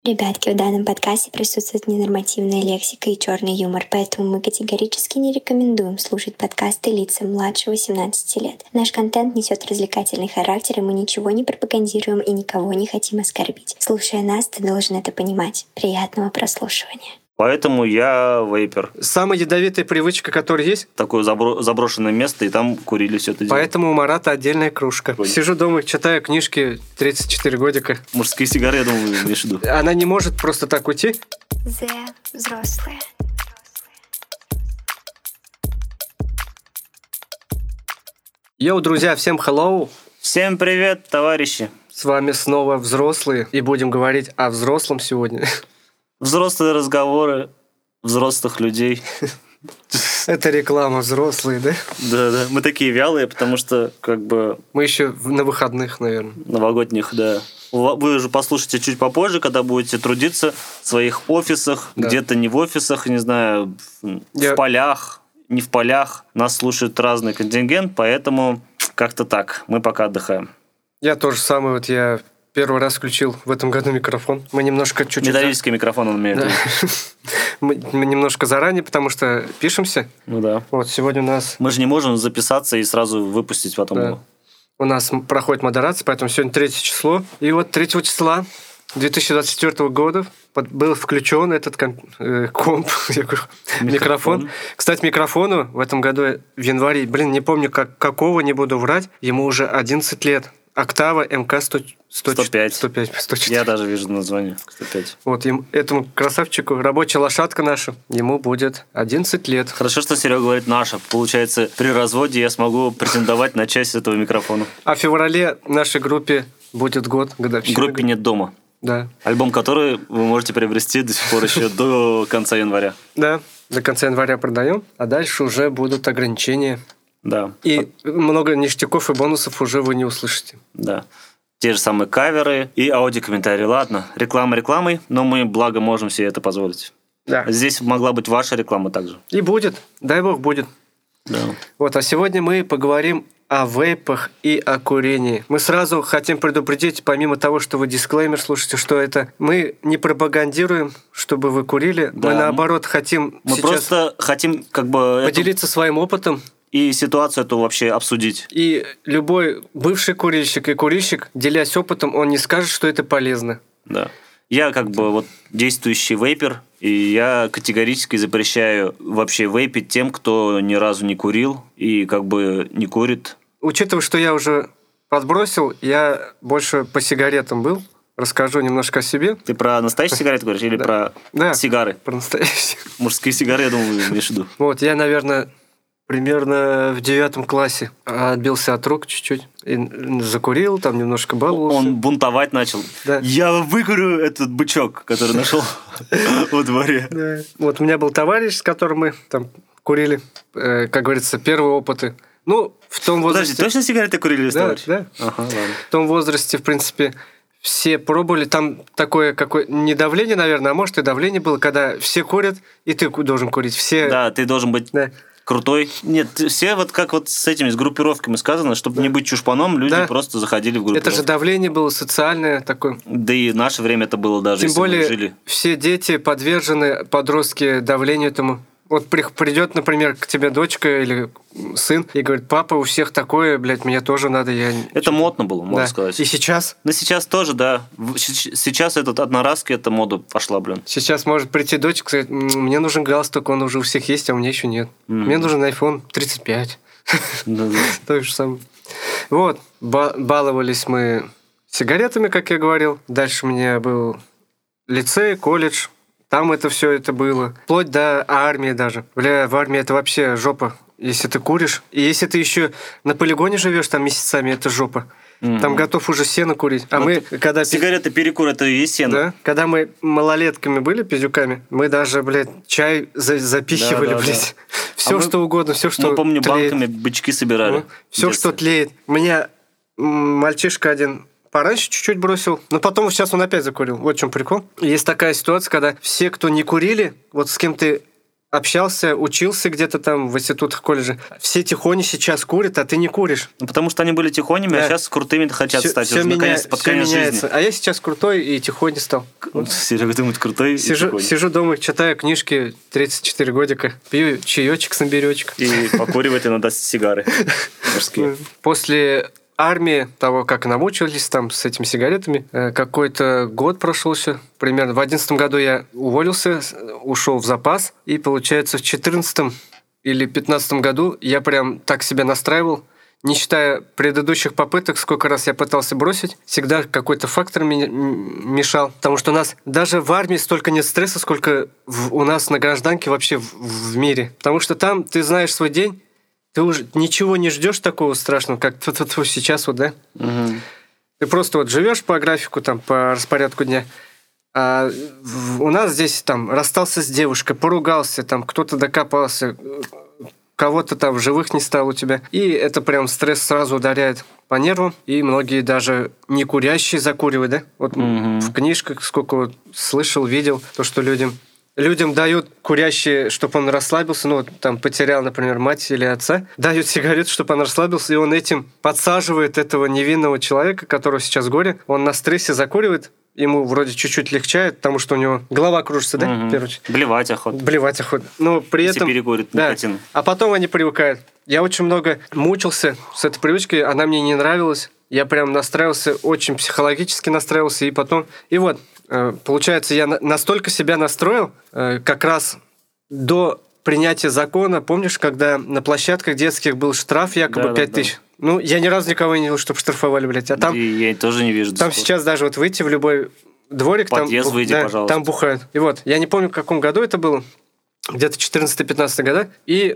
Ребятки, в данном подкасте присутствует ненормативная лексика и черный юмор, поэтому мы категорически не рекомендуем слушать подкасты лицам младше 18 лет. Наш контент несет развлекательный характер, и мы ничего не пропагандируем и никого не хотим оскорбить. Слушая нас, ты должен это понимать. Приятного прослушивания. Поэтому я вейпер. Самая ядовитая привычка, которая есть. Такое заброшенное место, и там курили все это дело. Поэтому у Марата отдельная кружка. Сижу дома, читаю книжки, 34 годика. Мужские сигары, я думаю, имеешь в виду. Она не может просто так уйти. Взрослые. Йоу, друзья, всем hello. Всем привет, товарищи. С вами снова взрослые. И будем говорить о взрослом сегодня. Взрослые разговоры взрослых людей. Это реклама взрослые, да? Да. Мы такие вялые, потому что Мы еще на выходных, наверное. Новогодних, да. Вы уже послушайте чуть попозже, когда будете трудиться в своих офисах, да. Где-то не в офисах, не знаю, в полях, не в полях. Нас слушает разный контингент, поэтому как-то так. Мы пока отдыхаем. Я тоже самое. Я первый раз включил в этом году микрофон. Мы немножко чуть-чуть... Металлический микрофон он имеет. Да. Мы немножко заранее, потому что пишемся. Ну да. Вот сегодня у нас... Мы же не можем записаться и сразу выпустить потом его. У нас проходит модерация, поэтому сегодня 3 число. И вот 3 числа 2024 года был включен этот микрофон. Кстати, микрофону в этом году в январе, не помню какого, не буду врать, ему уже 11 лет. Октава МК-105. Я даже вижу название. 105. Вот этому красавчику, рабочая лошадка наша, ему будет 11 лет. Хорошо, что Серега говорит «наша». Получается, при разводе я смогу претендовать на часть этого микрофона. А в феврале нашей группе будет год годовщины. Группе «Нет дома». Да. Альбом, который вы можете приобрести до сих пор еще до конца января. Да, до конца января продаем, а дальше уже будут ограничения. Да. И много ништяков и бонусов уже вы не услышите. Да. Те же самые каверы и аудиокомментарии. Ладно, реклама рекламой, но мы, благо, можем себе это позволить. Да. Здесь могла быть ваша реклама также. И будет. Дай бог, будет. Да. Вот, а сегодня мы поговорим о вейпах и о курении. Мы сразу хотим предупредить, помимо того, что вы дисклеймер слушаете, что это мы не пропагандируем, чтобы вы курили. Да. Мы, наоборот, хотим просто хотим поделиться своим опытом. И ситуацию эту вообще обсудить. И любой бывший курильщик и курильщик, делясь опытом, он не скажет, что это полезно. Да. Я действующий вейпер, и я категорически запрещаю вообще вейпить тем, кто ни разу не курил и не курит. Учитывая, что я уже подбросил, я больше по сигаретам был. Расскажу немножко о себе. Ты про настоящие сигареты говоришь или про сигары? Про настоящие. Мужские сигары, я думаю, имеешь в виду. Вот, я, наверное, примерно в 9 классе отбился от рук чуть-чуть. И закурил, там немножко баловался. Он бунтовать начал. Да. Я выкурю этот бычок, который нашел во дворе. Вот у меня был товарищ, с которым мы там курили, как говорится, первые опыты. В том возрасте... Подожди, точно сигареты курили с товарищем? Да. Ага, ладно. В том возрасте, в принципе, все пробовали. Там такое, не давление, наверное, а может и давление было, когда все курят, и ты должен курить. Все... Да, ты должен быть... Да. Крутой. Нет, все как с этими, с группировками сказано, чтобы не быть чушпаном, люди просто заходили в группировку. Это же давление было социальное такое. Да и в наше время это было даже, Тем более, все дети подвержены, подростки, давлению этому. Вот придет, например, к тебе дочка или сын и говорит: папа, у всех такое, мне тоже надо. Это модно было, можно сказать. И сейчас? Сейчас тоже, да. Сейчас одноразки, эта мода пошла, Сейчас может прийти дочка и сказать: мне нужен галстук, он уже у всех есть, а у меня еще нет. Мне нужен iPhone 35. То же самое. Вот, баловались мы сигаретами, как я говорил. Дальше у меня был лицей, колледж. Там это все это было. Вплоть до армии даже. В армии это вообще жопа, если ты куришь. И если ты еще на полигоне живешь там месяцами, это жопа. Там готов уже сено курить. А мы, когда... Сигареты, перекур, это и есть сено. Да. Когда мы малолетками были, пиздюками, мы даже, чай запихивали, Все, что угодно, все, что Мы, помню, тлеет. банками бычки собирали. Все, что тлеет. У меня мальчишка один... Пораньше чуть-чуть бросил, но потом сейчас он опять закурил. Вот в чем прикол. Есть такая ситуация, когда все, кто не курили, вот с кем ты общался, учился где-то там в институтах, колледже. Все тихони сейчас курят, а ты не куришь. Ну, потому что они были тихонями, а сейчас крутыми хотят стать. Все меняется, под конец жизни. А я сейчас крутой и тихоня стал. Серега, думает, крутой Сижу дома, читаю книжки, 34 годика, пью чаечек с имбирёчком. И покуривает иногда сигары мужские. После армии, того, как намучились там с этими сигаретами, какой-то год прошел еще. Примерно в 2011 году я уволился, ушел в запас. И, получается, в 2014 или 2015 году я прям так себя настраивал, не считая предыдущих попыток, сколько раз я пытался бросить, всегда какой-то фактор мешал. Потому что у нас даже в армии столько нет стресса, сколько у нас на гражданке вообще в мире. Потому что там ты знаешь свой день, ты уже ничего не ждешь такого страшного, как сейчас вот, да? Угу. Ты просто вот живешь по графику, там, по распорядку дня. А у нас здесь там расстался с девушкой, поругался, там кто-то докопался, кого-то там в живых не стало у тебя. И это прям стресс сразу ударяет по нервам. И многие даже не курящие закуривают, да? Вот в книжках сколько вот слышал, видел, то, что людям дают курящие, чтобы он расслабился, ну, там, потерял, например, мать или отца, дают сигарету, чтобы он расслабился, и он этим подсаживает этого невинного человека, которого сейчас горе, он на стрессе закуривает, ему вроде чуть-чуть легчает, потому что у него голова кружится, да, в первую очередь? Блевать охота. Но при этом... перекурит никотин. А потом они привыкают. Я очень много мучился с этой привычкой, она мне не нравилась, я прям настраивался, очень психологически настраивался, и потом... И вот, получается, я настолько себя настроил, как раз до принятия закона. Помнишь, когда на площадках детских был штраф якобы 5000? Да. Ну, я ни разу никого не видел, чтобы штрафовали, блядь. А там... И я тоже не вижу. Там сейчас даже вот выйти в любой дворик, подъезд там, выйди, пожалуйста. Там бухают. И вот, я не помню, в каком году это было, где-то 14-15 года, и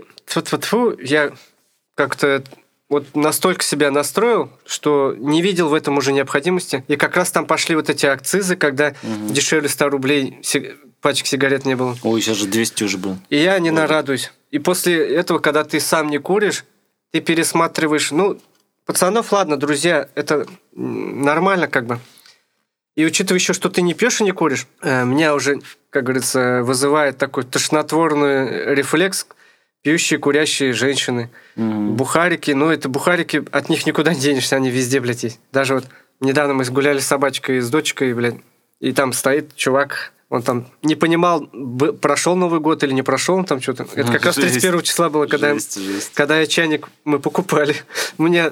я как-то... Вот настолько себя настроил, что не видел в этом уже необходимости. И как раз там пошли вот эти акцизы, когда дешевле 100 рублей пачек сигарет не было. Ой, сейчас же 200 уже было. И я не нарадуюсь. И после этого, когда ты сам не куришь, ты пересматриваешь... Ну, пацанов, ладно, друзья, это нормально как бы. И учитывая еще, что ты не пьешь и не куришь, меня уже, как говорится, вызывает такой тошнотворный рефлекс, пьющие, курящие женщины, бухарики. Ну, это бухарики, от них никуда не денешься, они везде, блядь, есть. Даже вот недавно мы гуляли с собачкой и с дочкой, блядь, и там стоит чувак, он там не понимал, прошел Новый год или не прошел, он там что-то. Это как раз 31 числа было, когда я чайник мы покупали. Мне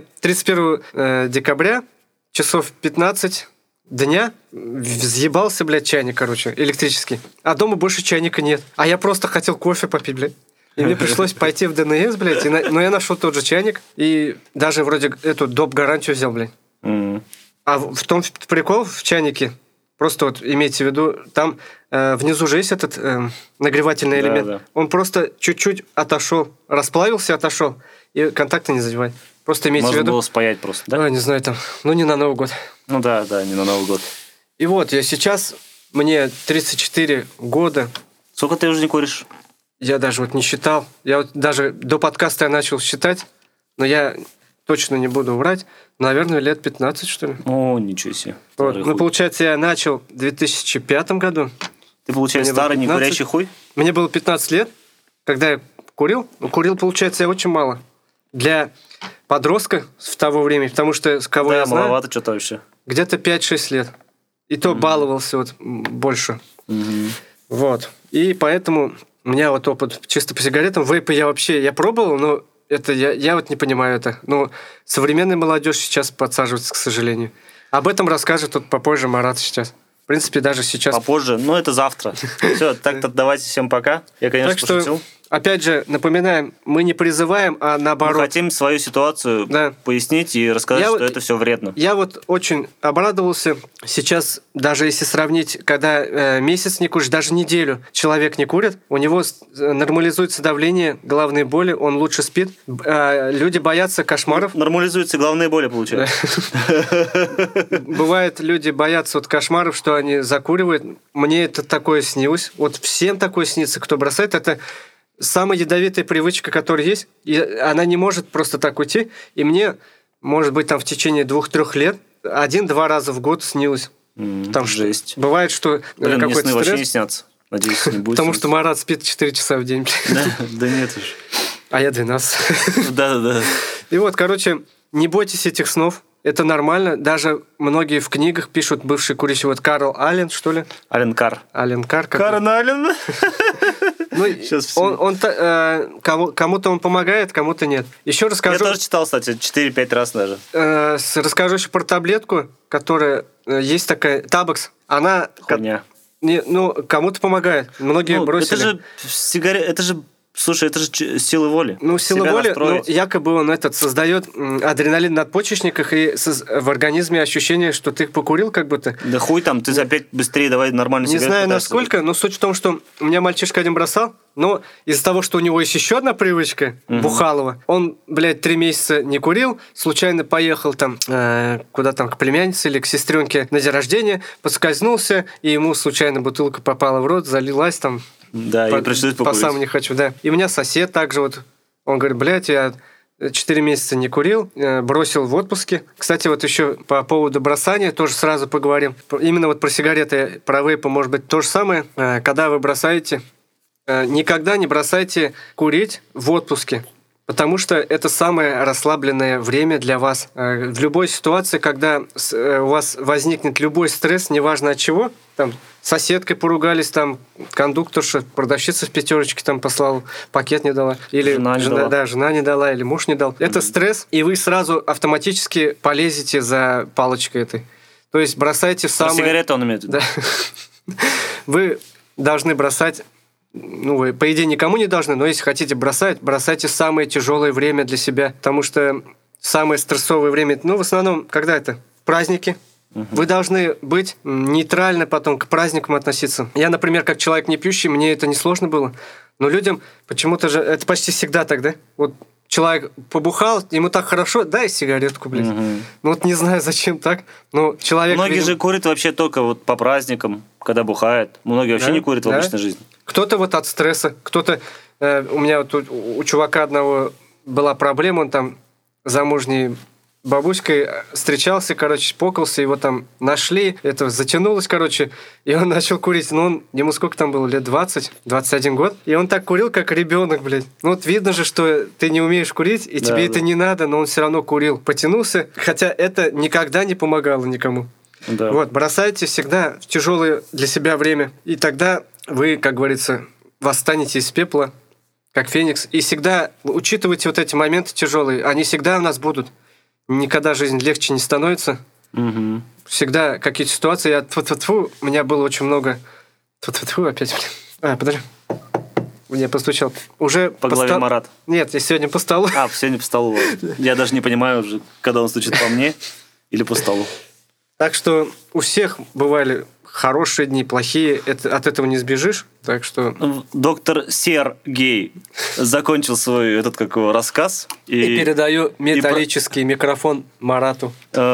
31 декабря, часов 15 дня, взъебался, блядь, чайник, короче, электрический. А дома больше чайника нет. А я просто хотел кофе попить, блядь. И мне пришлось пойти в ДНС, блядь, но я нашел тот же чайник, и даже вроде эту доп. Гарантию взял, блядь. А в том прикол в чайнике, просто вот имейте в виду, там внизу же есть этот нагревательный элемент. Да. Он просто чуть-чуть отошел, расплавился, отошел, и контакты не задевает. Просто имейте в виду. Можно было спаять просто, да? Не знаю, там, не на Новый год. Ну да, не на Новый год. И вот, я сейчас, мне 34 года. Сколько ты уже не куришь? Я даже вот не считал. Я вот даже до подкаста я начал считать, но я точно не буду врать. Наверное, лет 15, что ли. О, ничего себе. Вот. Ну, получается, я начал в 2005 году. Ты, получается, старый некурящий хуй? Мне было 15 лет, когда я курил. Курил, получается, я очень мало. Для подростка в того времени, потому что кого я знаю... маловато что-то вообще. Где-то 5-6 лет. И то баловался вот больше. Вот. И поэтому... У меня вот опыт чисто по сигаретам. Вейпы я пробовал, но это я вот не понимаю это. Но современная молодежь сейчас подсаживается, к сожалению. Об этом расскажет тут попозже Марат сейчас. В принципе, даже сейчас... Попозже, но это завтра. Все, так-то давайте всем пока. Я, конечно, пошутил. Опять же, напоминаем, мы не призываем, а наоборот. Мы хотим свою ситуацию пояснить и рассказать, что это все вредно. Я вот очень обрадовался. Сейчас, даже если сравнить, когда месяц не куришь, даже неделю человек не курит, у него нормализуется давление, головные боли, он лучше спит. Люди боятся кошмаров. Нормализуются головные боли, получается. Бывает, люди боятся вот кошмаров, что они закуривают. Мне это такое снилось. Вот всем такое снится, кто бросает. Это самая ядовитая привычка, которая есть, и она не может просто так уйти. И мне, может быть, там в течение 2-3 лет 1-2 раза в год снилось. Там жесть. Бывает, что какой-то сны вообще не снятся. Надеюсь, не будет. Потому что Марат спит 4 часа в день. Да нет уж. А я 12. Да. И вот, короче, не бойтесь этих снов. Это нормально. Даже многие в книгах пишут, бывший курящий, вот Карл Аллен, что ли? Аллен Карр. Карл Аллен. Ну, кому-то он помогает, кому-то нет. Еще расскажу... Я тоже читал, кстати, 4-5 раз даже. Расскажу еще про таблетку, которая есть такая, Табакс. Она... Хуйня. Ну, кому-то помогает. Многие бросили. Это же слушай, это же сила воли. Ну, сила воли, ну, якобы он создает адреналин в надпочечниках, и в организме ощущение, что ты покурил как будто. Да хуй там, ты опять быстрее давай нормально Не знаю насколько, но суть в том, что у меня мальчишка один бросал, но из-за того, что у него есть еще одна привычка, бухалова, он, 3 месяца не курил, случайно поехал там куда там к племяннице или к сестренке на день рождения, поскользнулся, и ему случайно бутылка попала в рот, залилась там. Да, и пришлось покурить. По сам не хочу, да. И у меня сосед также он говорит, я 4 месяца не курил, бросил в отпуске. Кстати, еще по поводу бросания тоже сразу поговорим. Именно про сигареты, про вейпы, может быть, то же самое. Когда вы бросаете, никогда не бросайте курить в отпуске. Потому что это самое расслабленное время для вас. В любой ситуации, когда у вас возникнет любой стресс, неважно от чего, там, с соседкой поругались, там, кондукторша, продавщица в пятерочке там послала, пакет не дала. Или жена не дала, или муж не дал. Это стресс, и вы сразу автоматически полезете за палочкой этой. То есть бросайте в самое... Сигареты он имеет в виду. Да. Вы должны бросать... Ну, вы, по идее, никому не должны, но если хотите бросать, бросайте самое тяжелое время для себя, потому что самое стрессовое время, в основном, когда это? Праздники. Вы должны быть нейтрально потом к праздникам относиться. Я, например, как человек не пьющий, мне это несложно было, но людям почему-то же, это почти всегда так, да? Человек побухал, ему так хорошо, дай сигаретку, блядь. Не знаю, зачем так, но человек... Многие же курят вообще только по праздникам, когда бухают. Многие вообще не курят в обычной жизни. Кто-то от стресса, кто-то... У меня у чувака одного была проблема, он там замужней бабуськой встречался, чпокался, его там нашли, это затянулось, и он начал курить. Ему сколько там было, лет 20, 21 год, и он так курил, как ребенок, блядь. Видно же, что ты не умеешь курить, и тебе это не надо, но он все равно курил. Потянулся, хотя это никогда не помогало никому. Да. Бросайте всегда в тяжелое для себя время, и тогда вы, как говорится, восстанете из пепла, как феникс, и всегда учитывайте эти моменты тяжелые, они всегда у нас будут. Никогда жизнь легче не становится. Всегда какие-то ситуации. У меня было очень много... опять. Подожди. Мне постучал. Уже по голове Марат. Нет, я сегодня по столу. Сегодня по столу. Я даже не понимаю уже, когда он стучит по мне или по столу. Так что у всех бывали хорошие дни, плохие. От этого не сбежишь. Так что... Доктор Сергей закончил свой рассказ. И передаю металлический микрофон Марату.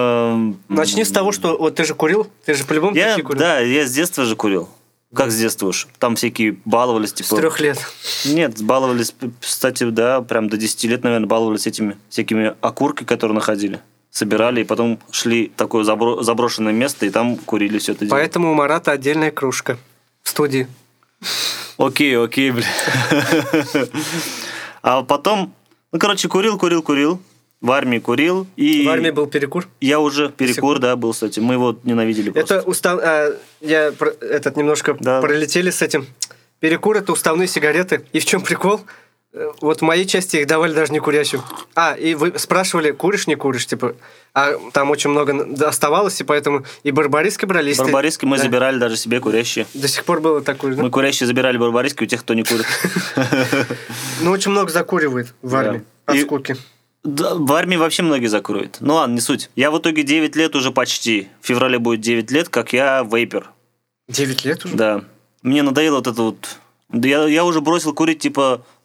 Начни с того, что ты же курил? Ты же по-любому курил? Да, я с детства же курил. Как с детства уж? Там всякие баловались. С 3 лет? Нет, баловались, кстати, да, прям до 10 лет, наверное, баловались этими всякими окурками, которые находили. Собирали, и потом шли в такое заброшенное место, и там курили все это дело. Поэтому у Марата отдельная кружка в студии. Окей, бля. А потом, курил. В армии курил. И в армии был перекур? Я уже перекур, да, был, кстати. Мы его ненавидели просто. Это немножко пролетели с этим. Перекур – это уставные сигареты. И в чем прикол? В моей части их давали даже не курящим. И вы спрашивали, куришь, не куришь, а там очень много оставалось, и поэтому и барбариски брали. Барбариски мы забирали даже себе курящие. До сих пор было такое, да? Мы курящие забирали барбариски у тех, кто не курит. Очень много закуривает в армии от скуки. Да, в армии вообще многие закуривают. Ладно, не суть. Я в итоге 9 лет уже почти. В феврале будет 9 лет, как я вейпер. 9 лет уже? Да. Мне надоело Да я уже бросил курить,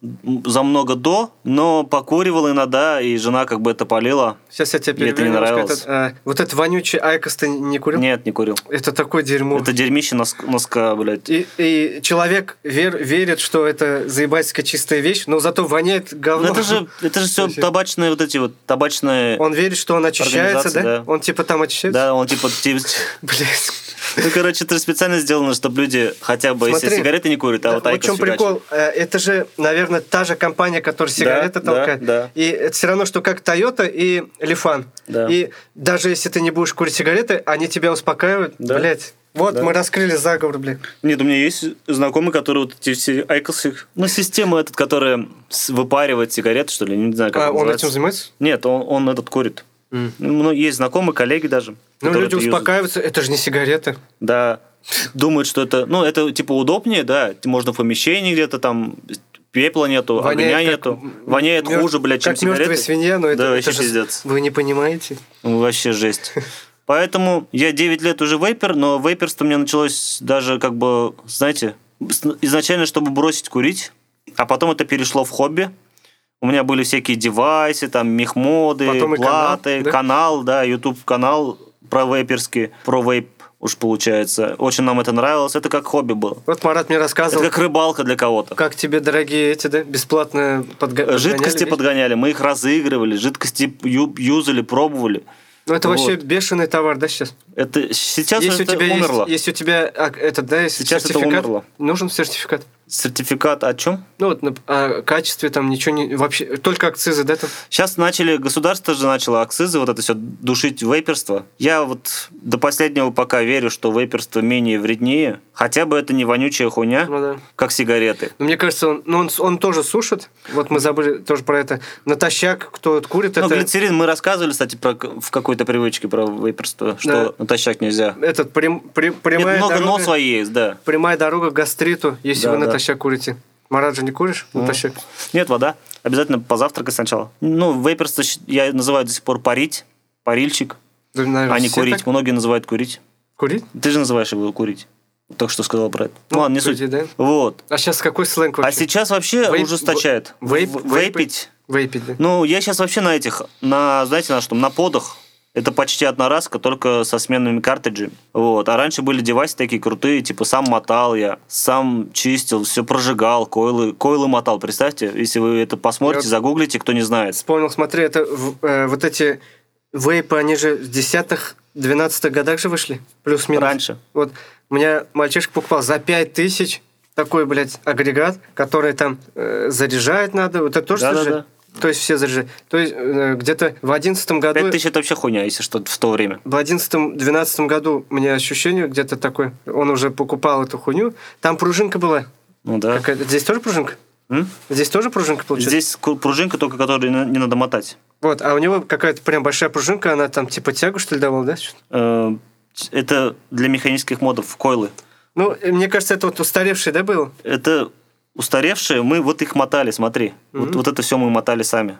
за много до, но покуривал иногда, и жена как бы это полила. Сейчас я тебе перебью. Это не нравилось. Вот этот вонючий Айкос ты не курил? Нет, не курил. Это такое дерьмо. Это дерьмище носка, блядь. И человек верит, что это заебательская чистая вещь, но зато воняет говно. Это же все табачные вот эти вот табачные. Он верит, что он очищается, да? Он типа там очищается? Да, он типа... Блядь. Ну, короче, это специально сделано, чтобы люди хотя бы, если сигареты не курят, а вот Айкос фигачат. В чем прикол? Это же, наверное, та же компания, которая сигареты толкает. Да. И это все равно, что как Toyota и Lifan. Да. И даже если ты не будешь курить сигареты, они тебя успокаивают. Да. Блядь. Вот, мы раскрыли заговор, блядь. Нет, у меня есть знакомые, которые вот эти все Айкосы... Ну, система этот, которая выпаривает сигареты, что ли, не знаю, как он этим занимается? Нет, он этот курит. Ну, есть знакомые, коллеги даже. Ну, люди успокаиваются, это же не сигареты. Да. Думают, что это... Ну, это типа удобнее, да. Можно в помещении где-то там... Пепла нету, огня нету. Воняет хуже, блядь, чем сигареты. Как мертвая свинья, но это вообще же пиздец. Вы не понимаете? Вообще жесть. Поэтому я 9 лет уже вейпер, но вейперство у меня началось даже как бы, знаете, изначально, чтобы бросить курить, а потом это перешло в хобби. У меня были всякие девайсы, там, мехмоды, платы, канал, да, YouTube-канал про вейперский, про вейп уж получается. Очень нам это нравилось. Это как хобби было. Вот Марат мне рассказывал. Это как рыбалка для кого-то. Как тебе дорогие эти, да, бесплатно подгоняли? Жидкости подгоняли, мы их разыгрывали, жидкости юзали, пробовали. Ну, это вообще бешеный товар, да, сейчас? Это сейчас это умерло. Если у тебя этот, да, есть сейчас сертификат, это умерло. Нужен сертификат. Сертификат о чем? Ну, вот о качестве там ничего не... Вообще, только акцизы, да? Там? Сейчас государство же начало акцизы, вот это все душить вейперство. Я вот до последнего пока верю, что вейперство менее вреднее. Хотя бы это не вонючая хуйня, как сигареты. Но мне кажется, он тоже сушит. Вот мы забыли тоже про это. Натощак, кто курит, это... глицерин, мы рассказывали, кстати, в какой-то привычке про вейперство, что натощак нельзя. Этот прямая много дорога... но свои есть, да. Прямая дорога к гастриту, если вы натощак курите. Марат же не куришь натощак? Нет, вода. Обязательно позавтракать сначала. Ну, вейперство я называю до сих пор парить. Парильщик. Да, наверное, а не курить. Так? Многие называют курить. Курить? Ты же называешь его курить. Только что сказал про это. Ну, ладно, не суть. Да? Вот. А сейчас какой сленг вообще? А сейчас вообще ужесточает. Вейпить. Вейпить, да. Ну, я сейчас вообще знаете, на что? На подах. Это почти одноразка, только со сменными картриджами. Вот. А раньше были девайсы такие крутые, типа сам мотал я, сам чистил, все прожигал, койлы мотал. Представьте, если вы это посмотрите, загуглите, кто не знает. Вспомнил, смотри, это вот эти вейпы, они же в 10-х, 12-х годах же вышли, плюс-минус. Раньше. Вот у меня мальчишка покупал за 5000 такой, блядь, агрегат, который там заряжать надо. Вот это тоже заряжать? Да. То есть все заряжают. То есть где-то в 11 году... 5000 это вообще хуйня, если что, в то время. В 11-12 году у меня ощущение где-то такое. Он уже покупал эту хуйню. Там пружинка была. Ну да. Здесь тоже пружинка? Здесь тоже пружинка получается? Здесь пружинка, только которую не надо мотать. Вот, а у него какая-то прям большая пружинка, она там типа тягу, что ли, давала, да? Это для механических модов, койлы. Ну, мне кажется, это вот устаревший, да, был? Это устаревшие, мы вот их мотали, смотри. Вот это все мы мотали сами.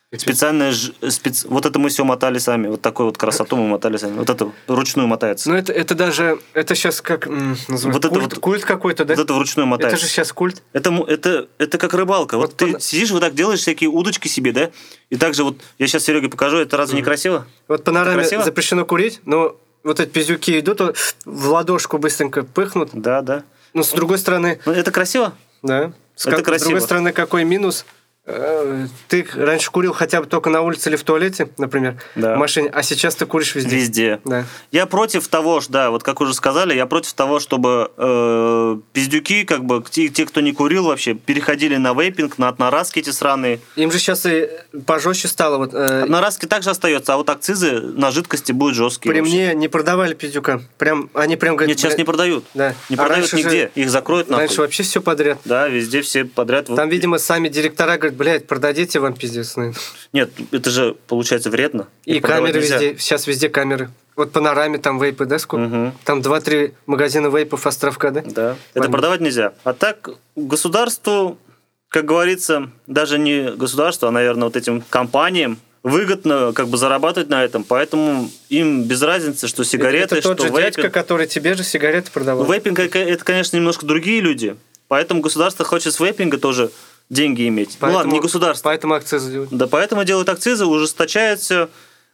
Вот это мы все мотали сами. Вот такую вот красоту мы мотали сами. Вот это вручную мотается. Ну, это даже... Это сейчас как... называется, культ какой-то, да? Вот это вручную мотается. Это же сейчас культ. Это как рыбалка. Вот ты сидишь, вот так делаешь всякие удочки себе, да? И также вот... Я сейчас Сереге покажу. Это разве не красиво? Вот панораме запрещено курить, но вот эти пиздюки идут, в ладошку быстренько пыхнут. Да. Но с другой стороны... Ну, это красиво? Да. Это красиво. С другой стороны, какой минус? Ты раньше курил хотя бы только на улице или в туалете, например, в машине, а сейчас ты куришь везде. Везде. Да. Я против того, вот как уже сказали, я против того, чтобы пиздюки, как бы те, кто не курил вообще, переходили на вейпинг, на одноразки эти сраные. Им же сейчас и пожестче стало. Одноразки также остается, а вот акцизы на жидкости будут жесткие. При мне не продавали пиздюка. Они прям говорят... Нет, сейчас не продают. Да. Не продают нигде. Их закроют нахуй. Раньше вообще все подряд. Да, везде все подряд. Там, видимо, сами директора говорят, блядь, продадите вам пиздец. Нет, это же получается вредно. И камеры везде. Сейчас везде камеры. Вот панораме там вейпы, да, сколько? Угу. Там 2-3 магазина вейпов Островка, да? Да. Это продавать нельзя. А так государству, как говорится, даже не государству, а, наверное, вот этим компаниям выгодно как бы зарабатывать на этом, поэтому им без разницы, что сигареты, это тот что же вейпинг. дядька, который тебе же сигареты продавал. Вейпинг это, конечно, немножко другие люди, поэтому государство хочет с вейпинга тоже деньги иметь. Поэтому, ладно, не государство. Поэтому акцизы делают. Да, поэтому делают акцизы, ужесточаются.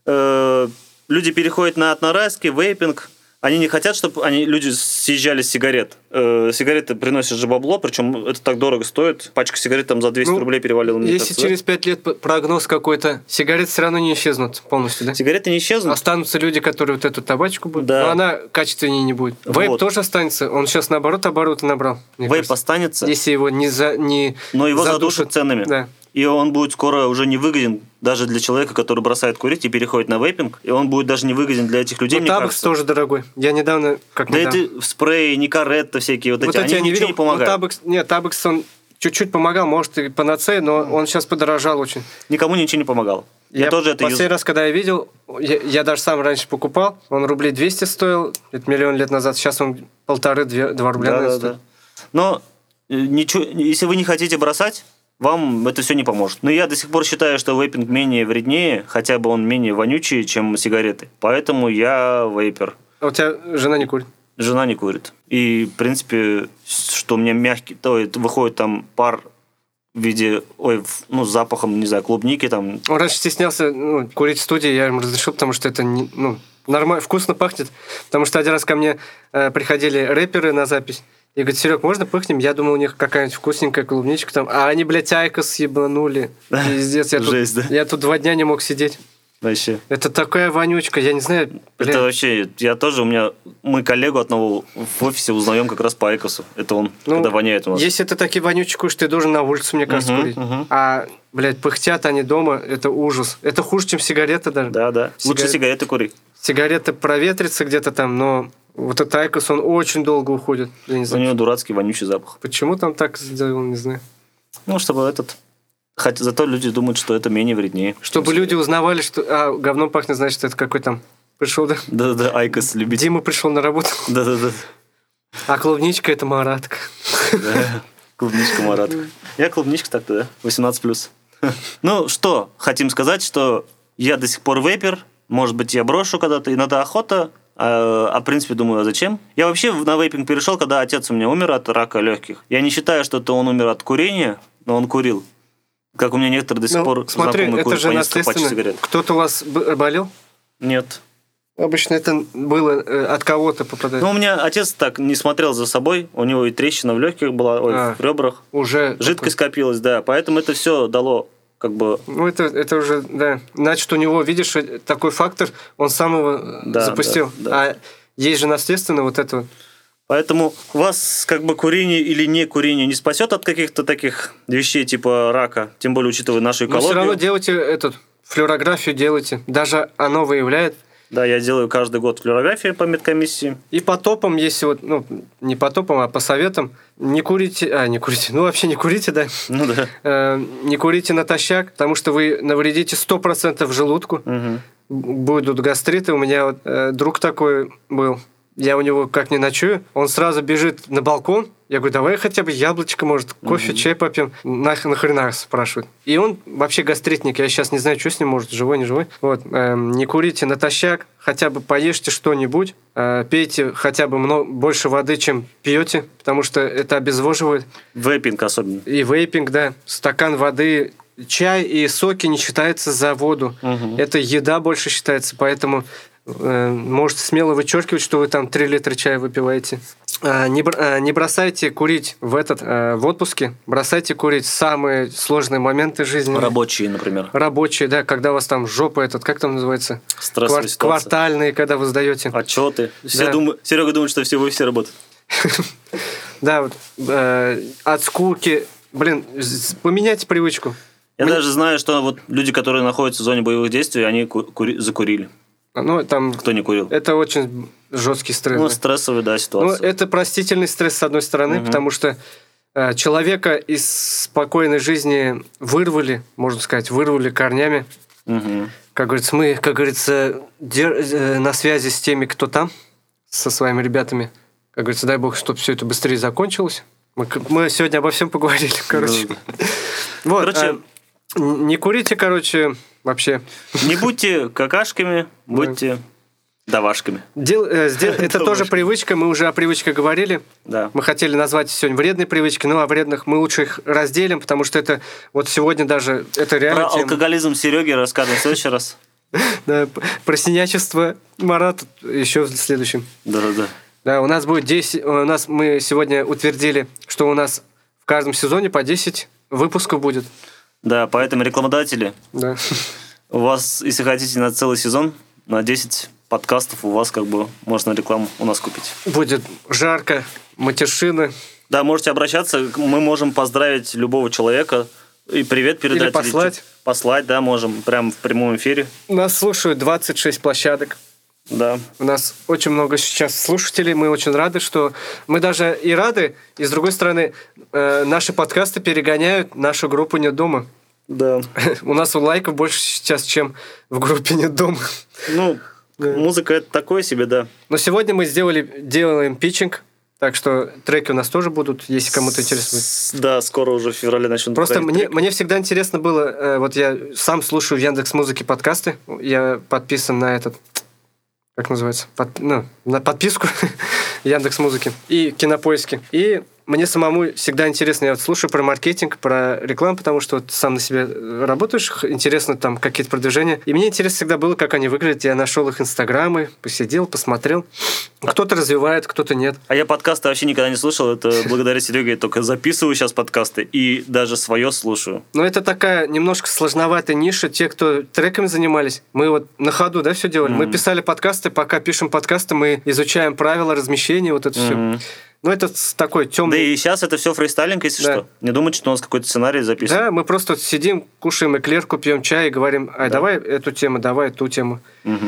Люди переходят на одноразки, вейпинг. Они не хотят, чтобы люди съезжали с сигарет. Сигареты приносят же бабло, причем это так дорого стоит. Пачка сигарет там за 200 рублей перевалила. Если через 5 лет прогноз какой-то, сигареты все равно не исчезнут полностью, да? Сигареты не исчезнут. Останутся люди, которые вот эту табачку будут, но она качественнее не будет. Вейп тоже останется, он сейчас наоборот обороты набрал. Вейп останется. Если его но его задушат ценами. Да. И он будет скоро уже не выгоден даже для человека, который бросает курить и переходит на вейпинг. И он будет даже не выгоден для этих людей, мне кажется. Табакс тоже дорогой. Я недавно... эти спреи, Никаретто всякие, вот эти, они ничего не помогают. Табакс, он чуть-чуть помогал, может, и панацея, но он сейчас подорожал очень. Никому ничего не помогал. Я тоже это последний раз, когда я видел, я даже сам раньше покупал, он рублей 200 стоил, это миллион лет назад, сейчас он 1,5-2 рубля стоит. Да. Но ничего, если вы не хотите бросать, вам это все не поможет. Но я до сих пор считаю, что вейпинг менее вреднее, хотя бы он менее вонючий, чем сигареты. Поэтому я вейпер. А у тебя жена не курит? Жена не курит. И, в принципе, что у меня мягкий, то выходит там пар в виде, с запахом, не знаю, клубники там. Он раньше стеснялся курить в студии, я ему разрешил, потому что это нормально, вкусно пахнет. Потому что один раз ко мне приходили рэперы на запись. И говорит: Серег, можно пыхнем? Я думал, у них какая-нибудь вкусненькая клубничка там. А они, блядь, Айкос съебанули. Пиздец, я тут 2 дня не мог сидеть. Вообще. Это такая вонючка, я не знаю. Блядь. Это вообще, мы коллегу одного в офисе узнаем как раз по Айкосу. Это он, когда воняет у нас. Если ты такие вонючки куришь, ты должен на улицу, мне кажется, курить. А, блядь, пыхтят они дома, это ужас. Это хуже, чем сигареты даже. Да. Лучше сигареты кури. Сигареты проветрятся где-то там, но... Вот этот Айкос, он очень долго уходит. Я не знаю. У него дурацкий вонючий запах. Почему там так сделал, не знаю. Чтобы Хотя зато люди думают, что это менее вреднее. Чтобы люди узнавали, что говно пахнет, значит, это какой там пришел, да? Да, Айкос любит. Дима пришел на работу. Да. А клубничка — это маратка. Да, клубничка маратка. Я клубничка так-то, да? 18+. Ну, что хотим сказать, что я до сих пор вейпер. Может быть, я брошу когда-то. Иногда охота. В принципе, думаю, а зачем? Я вообще на вейпинг перешел, когда отец у меня умер от рака легких. Я не считаю, что это он умер от курения, но он курил. Как у меня некоторые до сих пор знакомые курят по несколько пачек сигарет. Кто-то у вас болел? Нет. Обычно это было от кого-то попадает. У меня отец так не смотрел за собой. У него и трещина в легких была, в ребрах. Уже жидкость скопилась, да. Поэтому это все дало это уже, да. Значит, у него, видишь, такой фактор, он сам его запустил. Да. А есть же наследственно вот это вот. Поэтому вас курение или не курение не спасет от каких-то таких вещей типа рака, тем более учитывая нашу экологию. Но все равно делайте флюорографию делайте. Даже оно выявляет. Да, я делаю каждый год флюорографию по медкомиссии. И по топам, если не по топам, а по советам, не курите, вообще не курите, да? Ну да. Не курите натощак, потому что вы навредите 100% желудку. Угу. Будут гастриты. У меня друг такой был. Я у него как не ночую, он сразу бежит на балкон. Я говорю: давай хотя бы яблочко, может, кофе, чай попьем. Нахрена спрашивают. И он вообще гастритник. Я сейчас не знаю, что с ним, может, живой, не живой. Не курите натощак, хотя бы поешьте что-нибудь. Пейте хотя бы больше воды, чем пьете, потому что это обезвоживает. Вейпинг особенно. И вейпинг, да. Стакан воды, чай и соки не считается за воду. Угу. Это еда больше считается, поэтому... Можете смело вычеркивать, что вы там 3 литра чая выпиваете. Не бросайте курить в отпуске. Бросайте курить в самые сложные моменты жизни. Рабочие, например. Рабочие, да, когда у вас там жопа как там называется? Стрессовая ситуация. Квартальные, когда вы сдаете. Отчеты. Серега думает, что все в офисе работают. Да, от скуки. Поменяйте привычку. Я даже знаю, что люди, которые находятся в зоне боевых действий, они закурили. Там, кто не курил? Это очень жесткий стресс. Стрессовая, да, ситуация. Это простительный стресс, с одной стороны, потому что человека из спокойной жизни вырвали корнями. Угу. Как говорится, на связи с теми, кто там, со своими ребятами. Как говорится, дай бог, чтобы все это быстрее закончилось. Мы сегодня обо всем поговорили, короче. Не курите, вообще. Не будьте какашками, будьте Давашками. Это тоже привычка, мы уже о привычках говорили. Да. Мы хотели назвать сегодня вредные привычки, но о вредных мы лучше их разделим, потому что это вот сегодня даже это реально про алкоголизм Сереги расскажем в следующий раз. Да, про синячество Марата еще в следующем. Да. Да, у нас будет 10... Мы сегодня утвердили, что у нас в каждом сезоне по 10 выпусков будет. Да, поэтому рекламодатели, да. У вас, если хотите, на целый сезон, на 10 подкастов у вас можно рекламу у нас купить. Будет жарко, матершины. Да, можете обращаться, мы можем поздравить любого человека и привет передать. Или послать. Послать, да, можем, прямо в прямом эфире. Нас слушают 26 площадок. Да. У нас очень много сейчас слушателей, мы очень рады, что... Мы даже и рады, и с другой стороны, наши подкасты перегоняют нашу группу «Нет дома». Да. У нас лайков больше сейчас, чем в группе «Нет дома». Музыка это такое себе, да. Но сегодня мы делаем питчинг, так что треки у нас тоже будут, если кому-то интересно. Да, скоро уже в феврале начнут. Просто мне всегда интересно было, вот я сам слушаю в Яндекс.Музыке подкасты, я подписан на этот, как называется, на подписку Яндекс.Музыки и Кинопоиски. И мне самому всегда интересно, я вот слушаю про маркетинг, про рекламу, потому что вот сам на себе работаешь, интересно там какие-то продвижения. И мне интересно всегда было, как они выглядят. Я нашел их инстаграмы, посидел, посмотрел. Кто-то развивает, кто-то нет. А я подкасты вообще никогда не слушал. Это благодаря Сереге я только записываю сейчас подкасты и даже свое слушаю. Но это такая немножко сложноватая ниша. Те, кто треками занимались, мы вот на ходу, да, все делали. Мы писали подкасты, пока пишем подкасты, мы изучаем правила размещения, вот это все. Ну, это такой темный... Да и сейчас это все фристайлинг, если что. Не думайте, что у нас какой-то сценарий записан. Да, мы просто сидим, кушаем эклерку, пьем чай и говорим, давай эту тему, давай ту тему.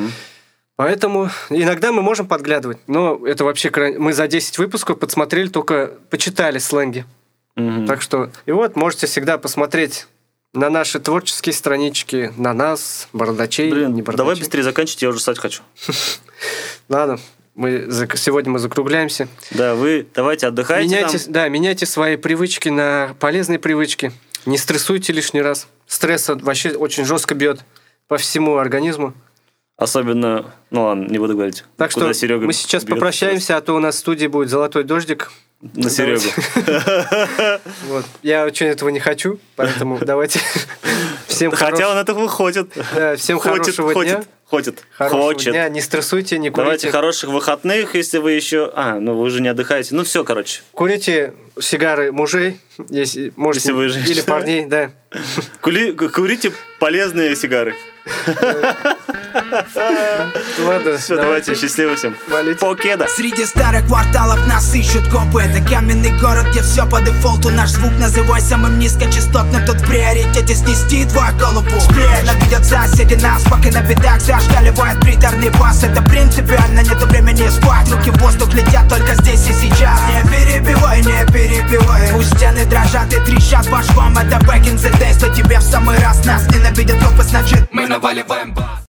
Поэтому иногда мы можем подглядывать, но это вообще... Мы за 10 выпусков подсмотрели, только почитали сленги. Так что... И вот, можете всегда посмотреть на наши творческие странички, на нас, бородачей, не бородачей. Давай быстрее заканчивать, я уже ссать хочу. Ладно. Сегодня мы закругляемся. Да, вы давайте отдыхайте. Меняйте свои привычки на полезные привычки. Не стрессуйте лишний раз. Стресс вообще очень жестко бьет по всему организму. Особенно, ладно, не буду говорить. Так что мы сейчас попрощаемся, а то у нас в студии будет золотой дождик. На Серегу. Вот. Я очень этого не хочу, поэтому давайте всем Хотя он этого хочет. Всем хорошего дня. Хочет. Дня, не стрессуйте, не курите. Давайте хороших выходных, если вы еще... вы уже не отдыхаете. Ну, все, короче. Курите сигары мужей, если вы женщина. Или парней, да. Курите полезные сигары. Ладно, все, давайте, счастливо всем. Покеда. Среди старых кварталов нас ищут копы. Это каменный город, где все по дефолту. Наш звук называй самым низкочастотным. Тут в приоритете снести твою голову. Ненавидят соседи нас, пока на бедах зашкаливает приторный бас. Это принципиально, нету времени спать. Руки в воздух летят только здесь и сейчас. Не перебивай, не перебивай. Пусть стены дрожат и трещат башком. Это back in the days, то тебе в самый раз. Нас ненавидят копы, значит мы наваливаем бас.